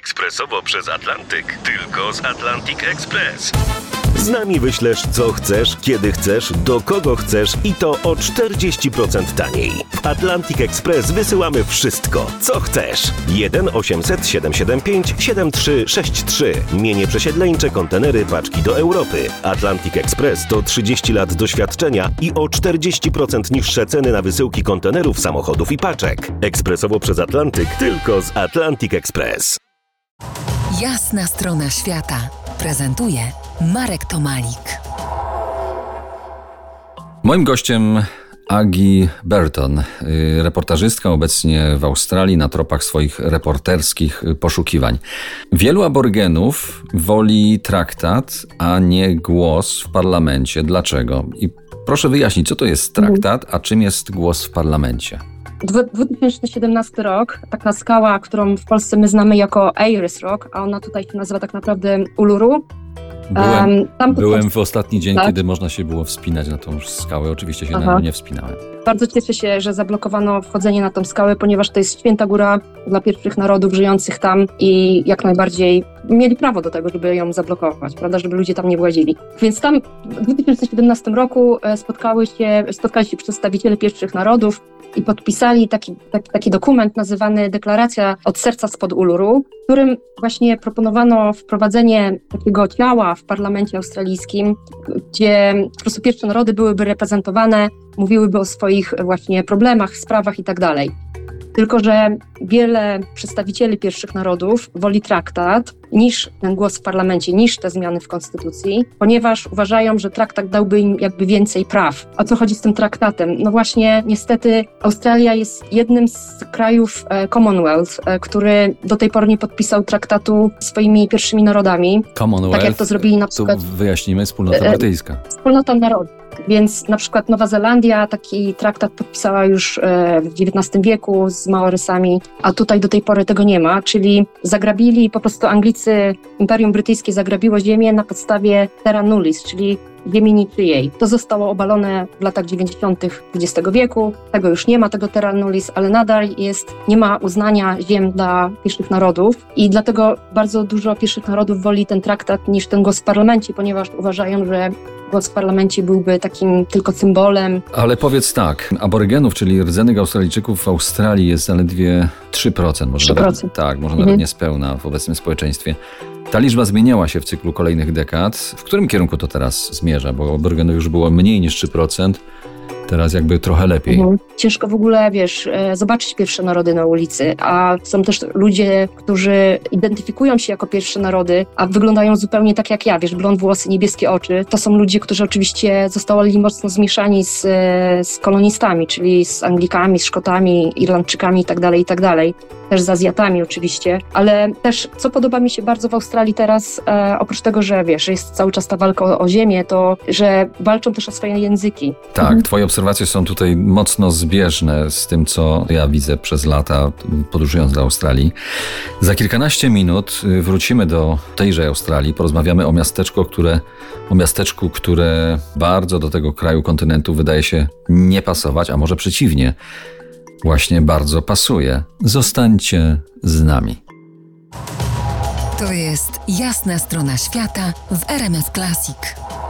Ekspresowo przez Atlantyk. Tylko z Atlantic Express. Z nami wyślesz co chcesz, kiedy chcesz, do kogo chcesz i to o 40% taniej. W Atlantic Express wysyłamy wszystko, co chcesz. 1 800 775 7363. Mienie przesiedleńcze, kontenery, paczki do Europy. Atlantic Express to 30 lat doświadczenia i o 40% niższe ceny na wysyłki kontenerów, samochodów i paczek. Ekspresowo przez Atlantyk, tylko z Atlantic Express. Jasna strona świata prezentuje Marek Tomalik. Moim gościem Agi Burton, reportażystka obecnie w Australii na tropach swoich reporterskich poszukiwań. Wielu aborygenów woli traktat, a nie głos w parlamencie. Dlaczego? I proszę wyjaśnić, co to jest traktat, a czym jest głos w parlamencie? 2017 rok, taka skała, którą w Polsce my znamy jako Ayers Rock, a ona tutaj się nazywa tak naprawdę Uluru. Byłem w ostatni dzień, kiedy można się było wspinać na tą skałę. Oczywiście się na nią nie wspinałem. Bardzo cieszę się, że zablokowano wchodzenie na tą skałę, ponieważ to jest święta góra dla pierwszych narodów żyjących tam i jak najbardziej mieli prawo do tego, żeby ją zablokować, prawda, żeby ludzie tam nie włazili. Więc tam w 2017 roku spotkali się przedstawiciele pierwszych narodów i podpisali taki dokument nazywany Deklaracja od serca spod Uluru, w którym właśnie proponowano wprowadzenie takiego ciała w parlamencie australijskim, gdzie po prostu pierwsze narody byłyby reprezentowane, mówiłyby o swoich właśnie problemach, sprawach i tak dalej. Tylko że wiele przedstawicieli pierwszych narodów woli traktat niż ten głos w parlamencie, niż te zmiany w konstytucji, ponieważ uważają, że traktat dałby im jakby więcej praw. O co chodzi z tym traktatem? No właśnie, niestety Australia jest jednym z krajów Commonwealth, który do tej pory nie podpisał traktatu z swoimi pierwszymi narodami. Commonwealth, tak jak to zrobili na przykład... Tu wyjaśnimy, wspólnota brytyjska. Wspólnota narodów. Więc na przykład Nowa Zelandia taki traktat podpisała już w XIX wieku z Maorysami, a tutaj do tej pory tego nie ma, czyli zagrabili po prostu Anglicy, Imperium Brytyjskie zagrabiło ziemię na podstawie terra nullis, czyli ziemi niczyjej. To zostało obalone w latach 90. XX wieku, tego już nie ma, tego terra nullis, ale nadal nie ma uznania ziem dla pierwszych narodów i dlatego bardzo dużo pierwszych narodów woli ten traktat niż ten głos w parlamencie, ponieważ uważają, że głos w parlamencie byłby takim tylko symbolem. Ale powiedz tak, aborygenów, czyli rdzennych Australijczyków w Australii jest zaledwie 3%. Może 3%. Może nawet niespełna w obecnym społeczeństwie. Ta liczba zmieniała się w cyklu kolejnych dekad. W którym kierunku to teraz zmierza? Bo aborygenów już było mniej niż 3%. Teraz jakby trochę lepiej. Ciężko w ogóle, zobaczyć pierwsze narody na ulicy, a są też ludzie, którzy identyfikują się jako pierwsze narody, a wyglądają zupełnie tak jak ja, blond włosy, niebieskie oczy. To są ludzie, którzy oczywiście zostali mocno zmieszani z kolonistami, czyli z Anglikami, z Szkotami, Irlandczykami itd., też z Azjatami oczywiście, ale też, co podoba mi się bardzo w Australii teraz, oprócz tego, że jest cały czas ta walka o ziemię, to, że walczą też o swoje języki. Tak, twoje obserwacje są tutaj mocno zbieżne z tym, co ja widzę przez lata, podróżując do Australii. Za kilkanaście minut wrócimy do tejże Australii, porozmawiamy o miasteczku, które bardzo do tego kraju kontynentu wydaje się nie pasować, a może przeciwnie, właśnie bardzo pasuje. Zostańcie z nami. To jest Jasna strona świata w RMF Classic.